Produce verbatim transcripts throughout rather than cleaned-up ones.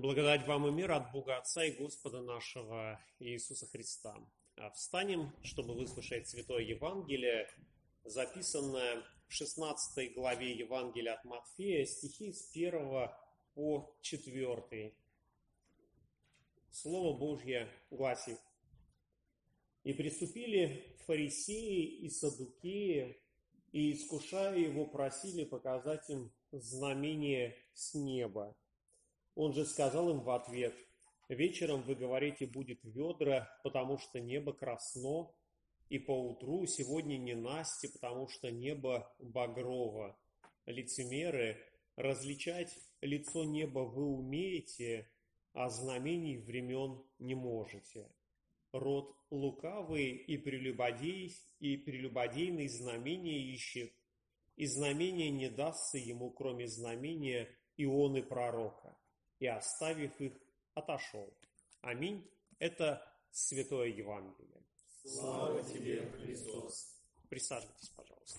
Благодать вам и мир от Бога Отца и Господа нашего Иисуса Христа. Встанем, чтобы выслушать Святое Евангелие, записанное в шестнадцатой главе Евангелия от Матфея, стихи с первого по четвёртый. Слово Божье гласит: «И приступили фарисеи и саддукеи, и, искушая его, просили показать им знамение с неба. Он же сказал им в ответ: вечером вы говорите, будет ведра, потому что небо красно, и поутру сегодня ненасти, потому что небо багрово. Лицемеры, различать лицо неба вы умеете, а знамений времен не можете. Род лукавый и прелюбодей, и прелюбодейный знамения ищет, и знамение не дастся ему, кроме знамения Ионы пророка. И, оставив их, отошел». Аминь. Это Святое Евангелие. Слава тебе, Христос. Присаживайтесь, пожалуйста.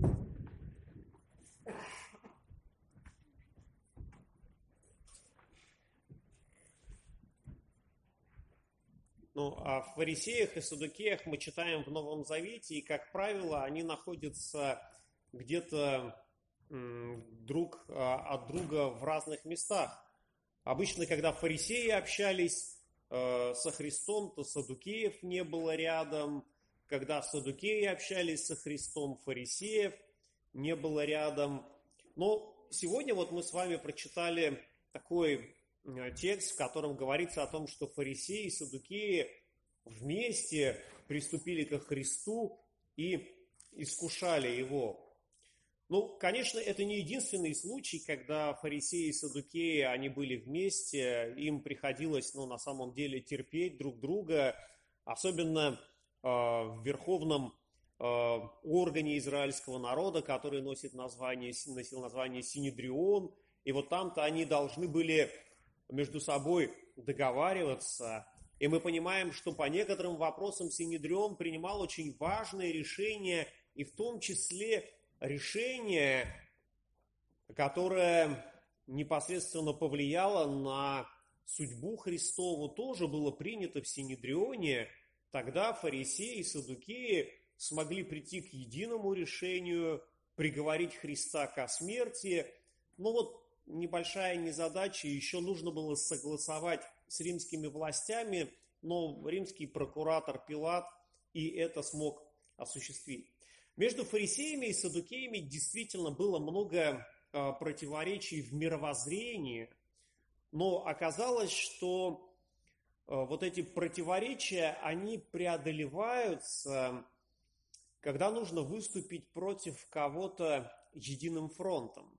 Ну, о фарисеях и саддукеях мы читаем в Новом Завете, и, как правило, они находятся где-то м, друг а, от друга в разных местах. Обычно, когда фарисеи общались э, со Христом, то саддукеев не было рядом. Когда саддукеи общались со Христом, фарисеев не было рядом. Но сегодня вот мы с вами прочитали такой э, текст, в котором говорится о том, что фарисеи и саддукеи вместе приступили ко Христу и искушали Его. Ну, конечно, это не единственный случай, когда фарисеи и саддукеи, они были вместе, им приходилось, ну, на самом деле, терпеть друг друга, особенно э, в верховном э, органе израильского народа, который носит название, носил название Синедрион, и вот там-то они должны были между собой договариваться, и мы понимаем, что по некоторым вопросам Синедрион принимал очень важные решения, и в том числе решение, которое непосредственно повлияло на судьбу Христову, тоже было принято в Синедрионе. Тогда фарисеи и саддукеи смогли прийти к единому решению, приговорить Христа ко смерти. Но вот небольшая незадача, еще нужно было согласовать с римскими властями, но римский прокуратор Пилат и это смог осуществить. Между фарисеями и саддукеями действительно было много э, противоречий в мировоззрении, но оказалось, что э, вот эти противоречия, они преодолеваются, когда нужно выступить против кого-то единым фронтом.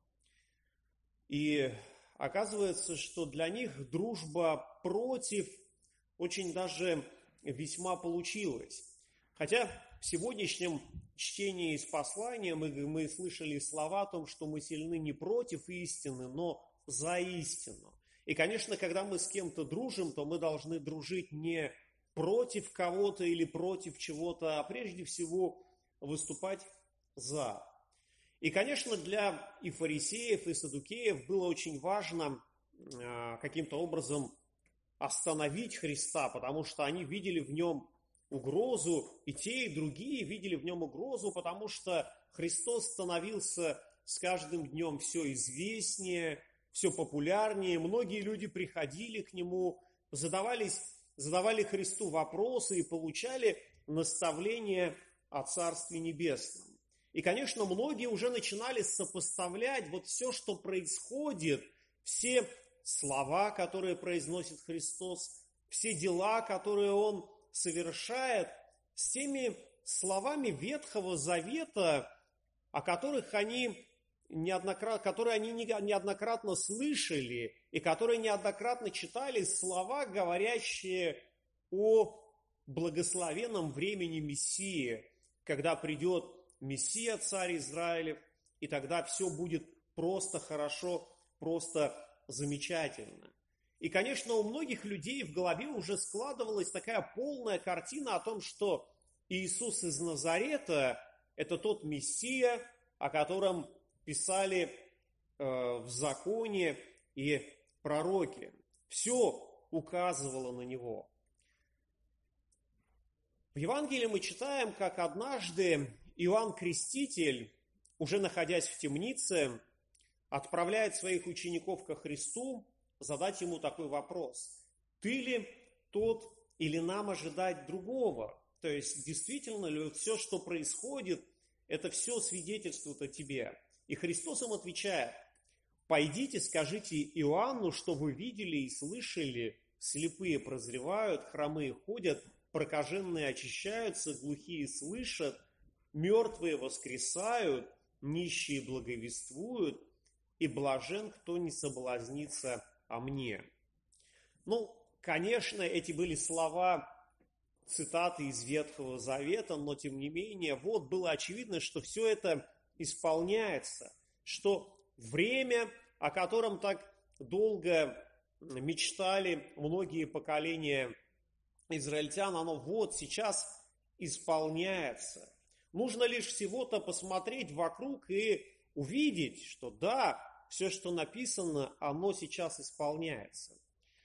И оказывается, что для них дружба против очень даже весьма получилась. Хотя в сегодняшнем чтении из послания мы, мы слышали слова о том, что мы сильны не против истины, но за истину. И, конечно, когда мы с кем-то дружим, то мы должны дружить не против кого-то или против чего-то, а прежде всего выступать за. И, конечно, для и фарисеев, и саддукеев было очень важно э, каким-то образом остановить Христа, потому что они видели в нем угрозу, и те, и другие видели в нем угрозу, потому что Христос становился с каждым днем все известнее, все популярнее. Многие люди приходили к Нему, задавались, задавали Христу вопросы и получали наставления о Царстве Небесном. И, конечно, многие уже начинали сопоставлять вот все, что происходит, все слова, которые произносит Христос, все дела, которые Он совершает, с теми словами Ветхого Завета, о которых они неоднократно, которые они неоднократно слышали и которые неоднократно читали, слова, говорящие о благословенном времени Мессии, когда придет Мессия, царь Израилев, и тогда все будет просто хорошо, просто замечательно. И, конечно, у многих людей в голове уже складывалась такая полная картина о том, что Иисус из Назарета – это тот Мессия, о котором писали э, в законе и пророки. Все указывало на него. В Евангелии мы читаем, как однажды Иоанн Креститель, уже находясь в темнице, отправляет своих учеников ко Христу задать ему такой вопрос. Ты ли тот или нам ожидать другого? То есть, действительно ли все, что происходит, это все свидетельствует о тебе? И Христос им отвечает: пойдите, скажите Иоанну, что вы видели и слышали, слепые прозревают, хромые ходят, прокаженные очищаются, глухие слышат, мертвые воскресают, нищие благовествуют, и блажен, кто не соблазнится о мне. Ну, конечно, эти были слова, цитаты из Ветхого Завета, но тем не менее, вот было очевидно, что все это исполняется, что время, о котором так долго мечтали многие поколения израильтян, оно вот сейчас исполняется. Нужно лишь всего-то посмотреть вокруг и увидеть, что да, все, что написано, оно сейчас исполняется.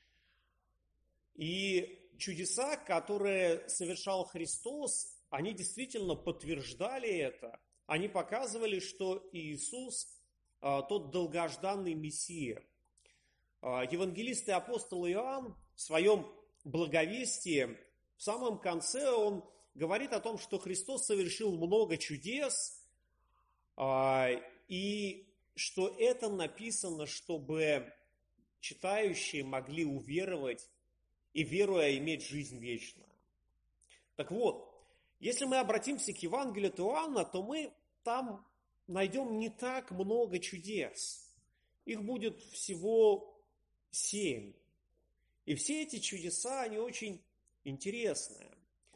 И чудеса, которые совершал Христос, они действительно подтверждали это. Они показывали, что Иисус а, тот долгожданный Мессия. А, евангелист и апостол Иоанн в своем благовестии в самом конце он говорит о том, что Христос совершил много чудес, а, и что это написано, чтобы читающие могли уверовать и, веруя, иметь жизнь вечную. Так вот, если мы обратимся к Евангелию от Иоанна, то мы там найдем не так много чудес. Их будет всего семь. И все эти чудеса, они очень интересные.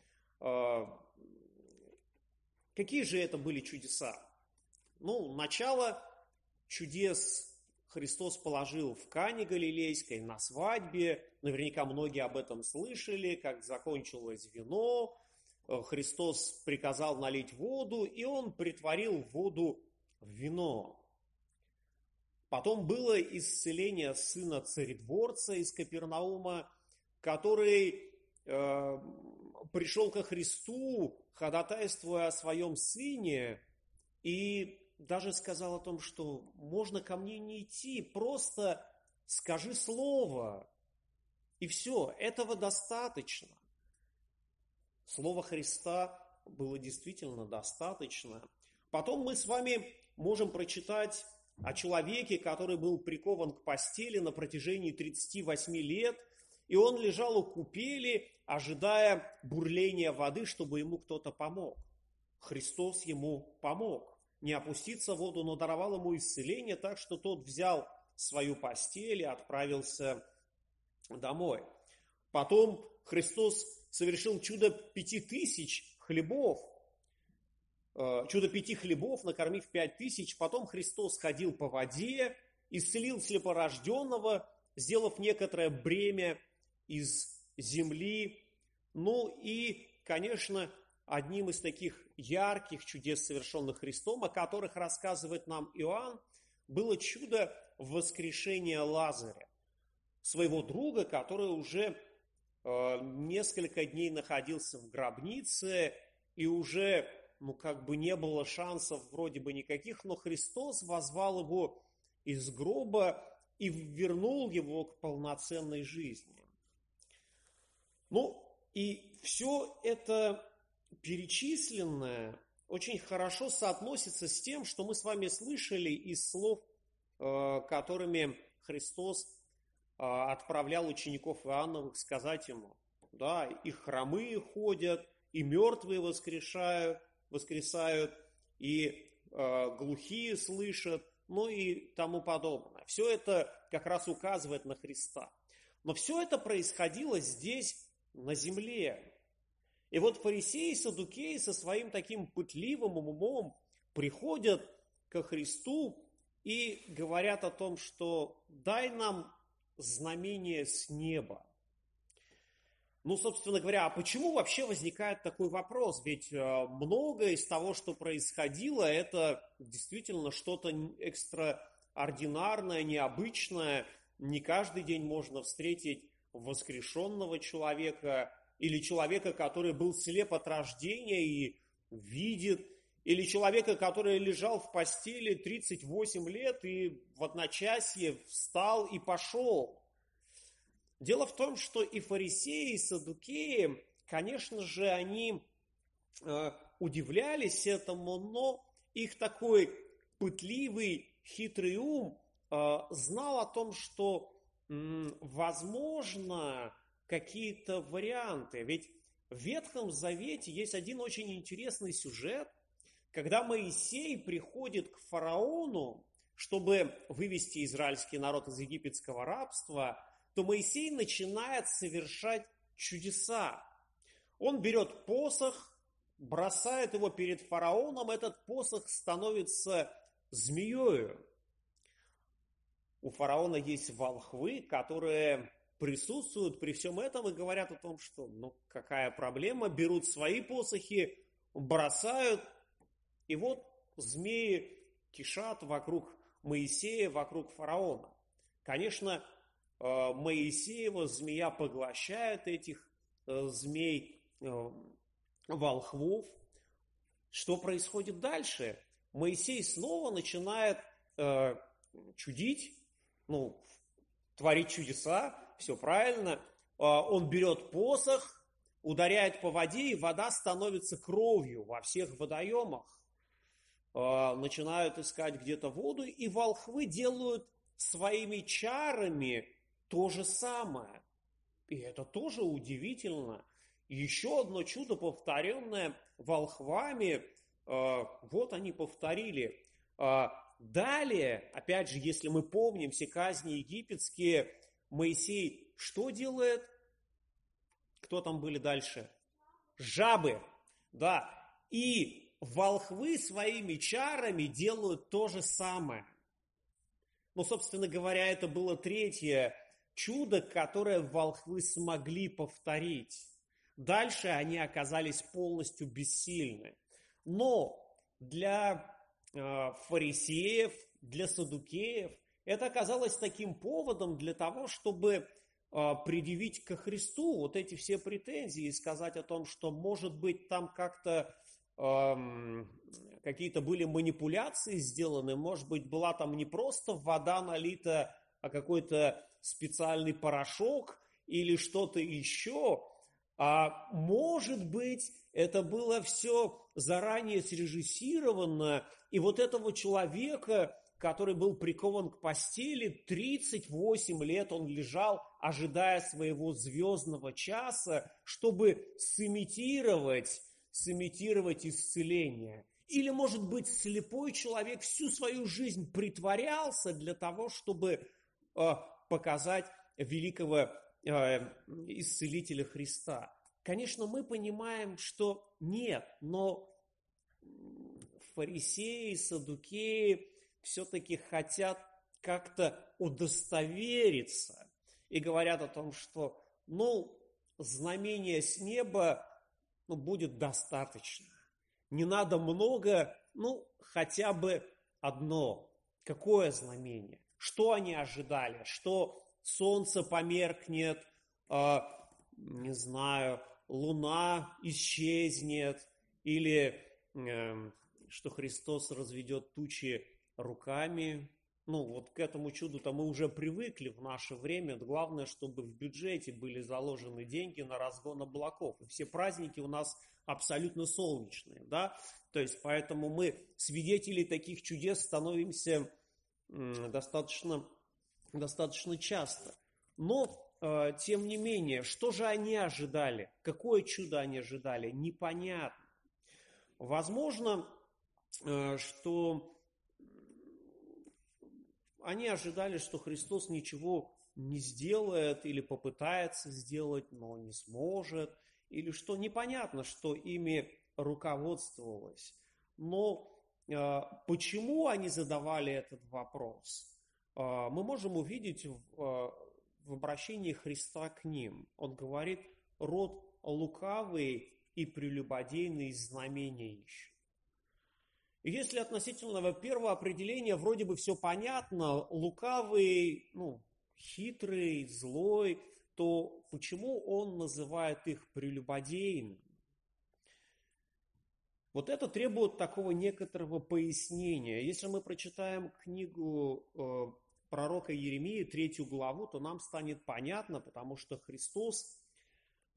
Какие же это были чудеса? Ну, начало чудес Христос положил в Кане Галилейской на свадьбе. Наверняка многие об этом слышали, как закончилось вино. Христос приказал налить воду, и Он притворил воду в вино. Потом было исцеление сына царедворца из Капернаума, который э, пришел ко Христу, ходатайствуя о своем сыне, и даже сказал о том, что можно ко мне не идти, просто скажи слово, и все, этого достаточно. Слова Христа было действительно достаточно. Потом мы с вами можем прочитать о человеке, который был прикован к постели на протяжении тридцати восьми лет, и он лежал у купели, ожидая бурления воды, чтобы ему кто-то помог. Христос ему помог. Не опуститься в воду, но даровал ему исцеление, так что тот взял свою постель и отправился домой. Потом Христос совершил чудо пяти тысяч хлебов, чудо пяти хлебов, накормив пять тысяч. Потом Христос ходил по воде, исцелил слепорожденного, сделав некоторое бремя из земли. Ну и, конечно, одним из таких ярких чудес, совершенных Христом, о которых рассказывает нам Иоанн, было чудо воскрешения Лазаря, своего друга, который уже э, несколько дней находился в гробнице, и уже, ну, как бы не было шансов вроде бы никаких, но Христос возвал его из гроба и вернул его к полноценной жизни. Ну, и все это перечисленное очень хорошо соотносится с тем, что мы с вами слышали из слов, которыми Христос отправлял учеников Иоанновых сказать ему. Да, и хромые ходят, и мертвые воскрешают, воскресают, и глухие слышат, ну и тому подобное. Все это как раз указывает на Христа. Но все это происходило здесь, на земле. И вот фарисеи и саддукеи со своим таким пытливым умом приходят ко Христу и говорят о том, что дай нам знамение с неба. Ну, собственно говоря, а почему вообще возникает такой вопрос? Ведь многое из того, что происходило, это действительно что-то экстраординарное, необычное. не каждый день можно встретить воскрешенного человека или человека, который был слеп от рождения и видит, или человека, который лежал в постели тридцать восемь лет и в одночасье встал и пошел. Дело в том, что и фарисеи, и саддукеи, конечно же, они э, удивлялись этому, но их такой пытливый, хитрый ум э, знал о том, что м, возможно какие-то варианты. Ведь в Ветхом Завете есть один очень интересный сюжет, когда Моисей приходит к фараону, чтобы вывести израильский народ из египетского рабства, то Моисей начинает совершать чудеса. Он берет посох, бросает его перед фараоном, этот посох становится змеёю. У фараона есть волхвы, которые присутствуют при всем этом и говорят о том, что ну какая проблема, берут свои посохи, бросают, и вот змеи кишат вокруг Моисея, вокруг фараона. Конечно, Моисеева змея поглощает этих змей, волхвов. Что происходит дальше? Моисей снова начинает чудить, ну, творить чудеса, все правильно. Он берет посох, ударяет по воде, и вода становится кровью во всех водоемах. Начинают искать где-то воду, и волхвы делают своими чарами то же самое. И это тоже удивительно. Еще одно чудо, повторенное волхвами, вот они повторили. Далее, опять же, если мы помним все казни египетские, Моисей что делает? Кто там были дальше? Жабы. Да. И волхвы своими чарами делают то же самое. Ну, собственно говоря, это было третье чудо, которое волхвы смогли повторить. Дальше они оказались полностью бессильны. Но для э, фарисеев, для саддукеев это оказалось таким поводом для того, чтобы э, предъявить ко Христу вот эти все претензии и сказать о том, что, может быть, там как-то э, какие-то были манипуляции сделаны, может быть, была там не просто вода налита, а какой-то специальный порошок или что-то еще, а может быть, это было все заранее срежиссировано, и вот этого человека, который был прикован к постели, тридцать восемь лет он лежал, ожидая своего звездного часа, чтобы сымитировать, сымитировать исцеление. Или, может быть, слепой человек всю свою жизнь притворялся для того, чтобы э, показать великого э, исцелителя Христа. Конечно, мы понимаем, что нет, но фарисеи, саддукеи все-таки хотят как-то удостовериться и говорят о том, что, ну, знамения с неба ну, будет достаточно. Не надо много, ну, хотя бы одно. Какое знамение? Что они ожидали? Что солнце померкнет, э, не знаю, луна исчезнет, или э, что Христос разведет тучи руками. Ну, вот к этому чуду-то мы уже привыкли в наше время. Главное, чтобы в бюджете были заложены деньги на разгон облаков. И все праздники у нас абсолютно солнечные, да? То есть, поэтому мы свидетелей таких чудес становимся м, достаточно, достаточно часто. Но, э, тем не менее, что же они ожидали? Какое чудо они ожидали? Непонятно. Возможно, э, что они ожидали, что Христос ничего не сделает или попытается сделать, но не сможет, или что непонятно, что ими руководствовалось. Но э, почему они задавали этот вопрос, э, мы можем увидеть в, э, в обращении Христа к ним. Он говорит: род лукавый и прелюбодейный знамения ищут. И если относительно первого определения вроде бы все понятно, лукавый, ну, хитрый, злой, то почему он называет их прелюбодеями? Вот это требует такого некоторого пояснения. Если мы прочитаем книгу э, пророка Иеремии, третью главу, то нам станет понятно, потому что Христос, э,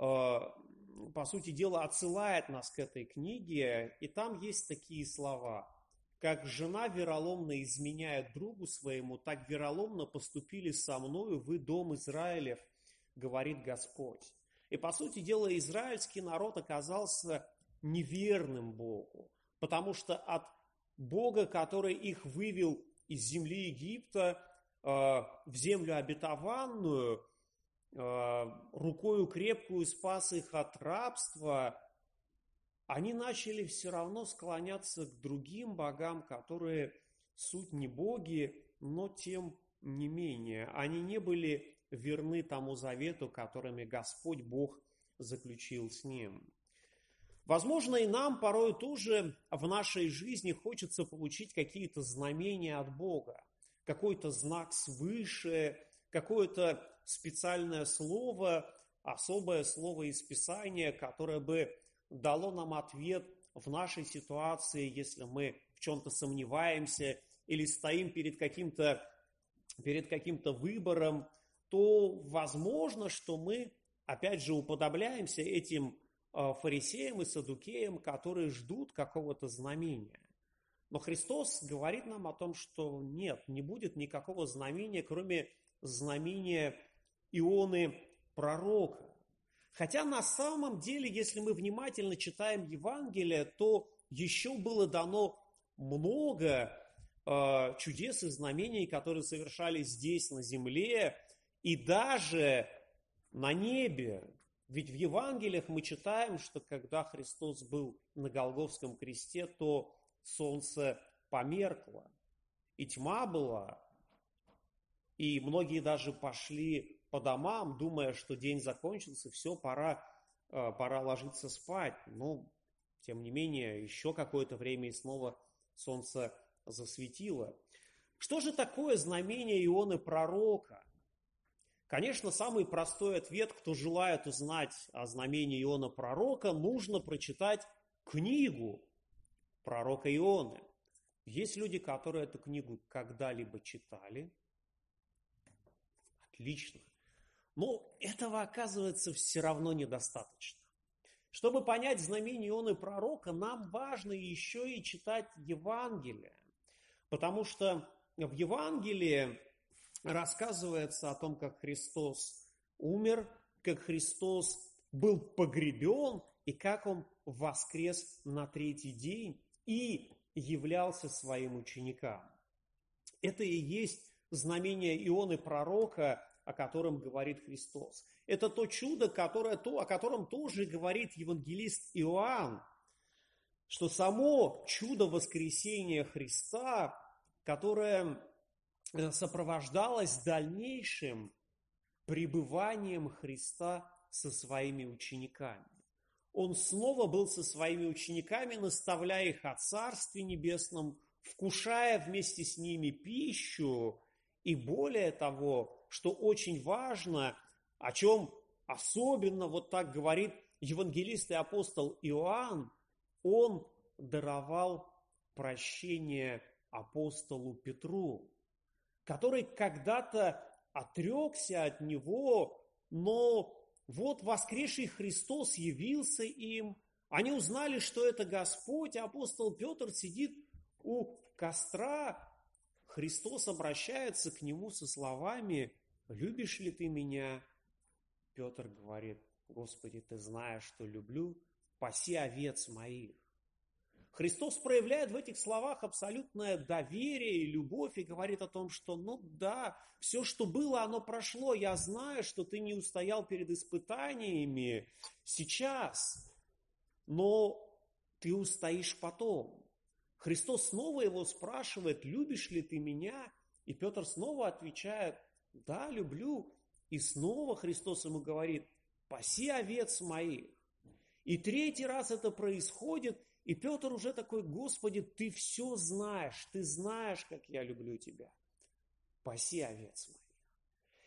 по сути дела, отсылает нас к этой книге, и там есть такие слова: «Как жена вероломно изменяет другу своему, так вероломно поступили со мною вы, дом Израилев, говорит Господь». И, по сути дела, израильский народ оказался неверным Богу, потому что от Бога, который их вывел из земли Египта э, в землю обетованную, э, рукою крепкую спас их от рабства, они начали все равно склоняться к другим богам, которые суть не боги, но тем не менее. Они не были верны тому завету, которыми Господь Бог заключил с ним. Возможно, и нам порой тоже в нашей жизни хочется получить какие-то знамения от Бога, какой-то знак свыше, какое-то специальное слово, особое слово из Писания, которое бы дало нам ответ в нашей ситуации, если мы в чем-то сомневаемся или стоим перед каким-то, перед каким-то выбором, то возможно, что мы, опять же, уподобляемся этим фарисеям и саддукеям, которые ждут какого-то знамения. Но Христос говорит нам о том, что нет, не будет никакого знамения, кроме знамения Ионы пророка. Хотя на самом деле, если мы внимательно читаем Евангелие, то еще было дано много э, чудес и знамений, которые совершались здесь, на земле, и даже на небе. Ведь в Евангелиях мы читаем, что когда Христос был на Голгофском кресте, то солнце померкло, и тьма была, и многие даже пошли по домам, думая, что день закончился, все, пора, пора ложиться спать. Но, тем не менее, еще какое-то время и снова солнце засветило. Что же такое знамение Ионы пророка? Конечно, самый простой ответ: кто желает узнать о знамении Иона пророка, нужно прочитать книгу пророка Ионы. Есть люди, которые эту книгу когда-либо читали. Отлично. Но этого, оказывается, все равно недостаточно. Чтобы понять знамение Ионы пророка, нам важно еще и читать Евангелие. Потому что в Евангелии рассказывается о том, как Христос умер, как Христос был погребен и как Он воскрес на третий день и являлся своим ученикам. Это и есть знамение Ионы пророка, о котором говорит Христос. Это то чудо, которое, то, о котором тоже говорит евангелист Иоанн, что само чудо воскресения Христа, которое сопровождалось дальнейшим пребыванием Христа со своими учениками. Он снова был со своими учениками, наставляя их о Царстве Небесном, вкушая вместе с ними пищу, и более того, что очень важно, о чем особенно вот так говорит евангелист и апостол Иоанн, он даровал прощение апостолу Петру, который когда-то отрекся от него, но вот воскресший Христос явился им, они узнали, что это Господь, апостол Петр сидит у костра, Христос обращается к нему со словами: «Любишь ли ты меня?» Петр говорит: «Господи, ты знаешь, что люблю, паси овец моих». Христос проявляет в этих словах абсолютное доверие и любовь и говорит о том, что ну да, все, что было, оно прошло. Я знаю, что ты не устоял перед испытаниями сейчас, но ты устоишь потом. Христос снова его спрашивает: любишь ли ты меня? И Петр снова отвечает: да, люблю. И снова Христос ему говорит: паси овец моих. И третий раз это происходит, и Петр уже такой: Господи, ты все знаешь, ты знаешь, как я люблю тебя. Паси овец моих.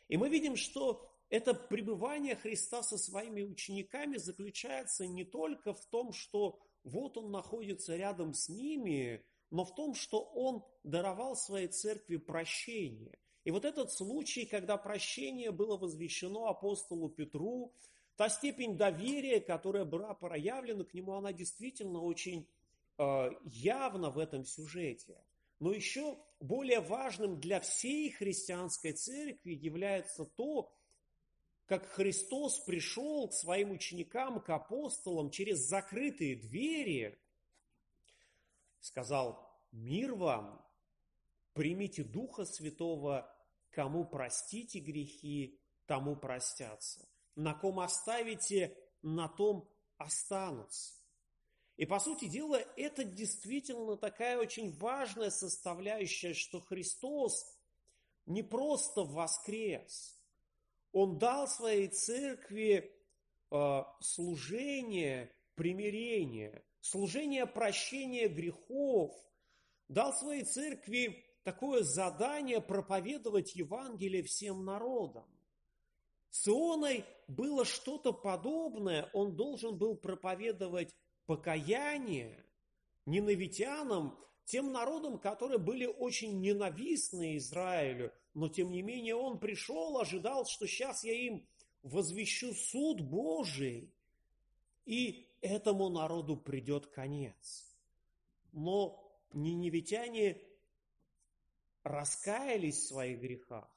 И мы видим, что это пребывание Христа со своими учениками заключается не только в том, что вот Он находится рядом с ними, но в том, что Он даровал своей церкви прощение. И вот этот случай, когда прощение было возвещено апостолу Петру, та степень доверия, которая была проявлена к нему, она действительно очень э, явна в этом сюжете. Но еще более важным для всей христианской церкви является то, как Христос пришел к своим ученикам, к апостолам через закрытые двери, сказал: «Мир вам, примите Духа Святого, кому простите грехи, тому простятся, на ком оставите, на том останутся». И, по сути дела, это действительно такая очень важная составляющая, что Христос не просто воскрес, Он дал своей церкви э, служение примирения, служение прощения грехов, дал своей церкви такое задание проповедовать Евангелие всем народам. С Ионой было что-то подобное, он должен был проповедовать покаяние ниневитянам, тем народам, которые были очень ненавистны Израилю, но тем не менее он пришел, ожидал, что сейчас я им возвещу суд Божий, и этому народу придет конец. Но ниневитяне раскаялись в своих грехах.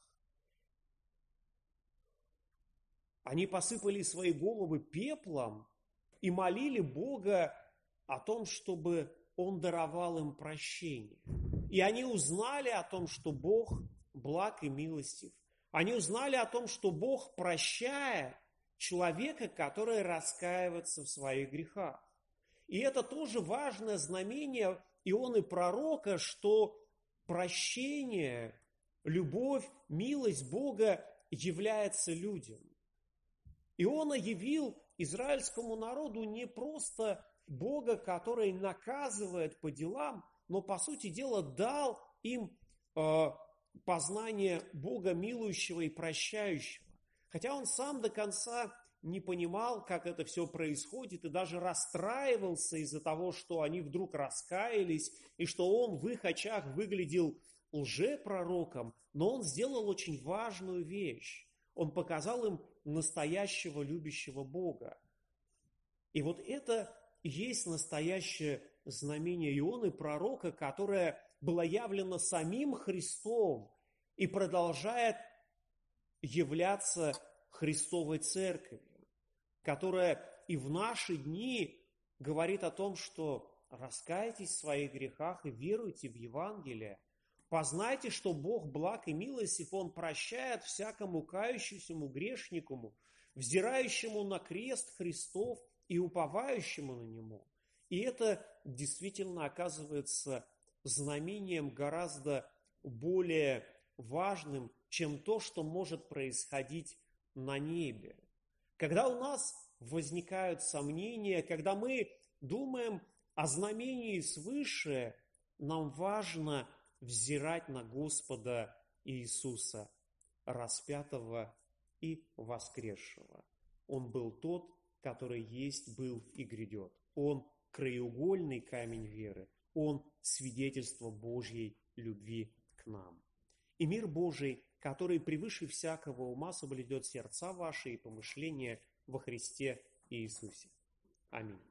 Они посыпали свои головы пеплом и молили Бога о том, чтобы Он даровал им прощение. И они узнали о том, что Бог благ и милостив. Они узнали о том, что Бог прощает человека, который раскаивается в своих грехах. И это тоже важное знамение Ионы пророка, что прощение, любовь, милость Бога является людям. Иона явил израильскому народу не просто Бога, который наказывает по делам, но, по сути дела, дал им э, познание Бога милующего и прощающего. Хотя он сам до конца не понимал, как это все происходит, и даже расстраивался из-за того, что они вдруг раскаялись, и что он в их очах выглядел лжепророком, но он сделал очень важную вещь. Он показал им настоящего любящего Бога. И вот это и есть настоящее знамение Ионы пророка, которое было явлено самим Христом и продолжает являться Христовой Церковью, которая и в наши дни говорит о том, что раскайтесь в своих грехах и веруйте в Евангелие. Познайте, что Бог благ и милостив, Он прощает всякому кающемуся грешнику, взирающему на крест Христов и уповающему на Него. И это действительно оказывается знамением гораздо более важным, чем то, что может происходить на небе. Когда у нас возникают сомнения, когда мы думаем о знамении свыше, нам важно взирать на Господа Иисуса, распятого и воскресшего. Он был тот, который есть, был и грядет. Он краеугольный камень веры. Он свидетельство Божьей любви к нам. И мир Божий, который превыше всякого ума соблюдет сердца ваши и помышления во Христе Иисусе. Аминь.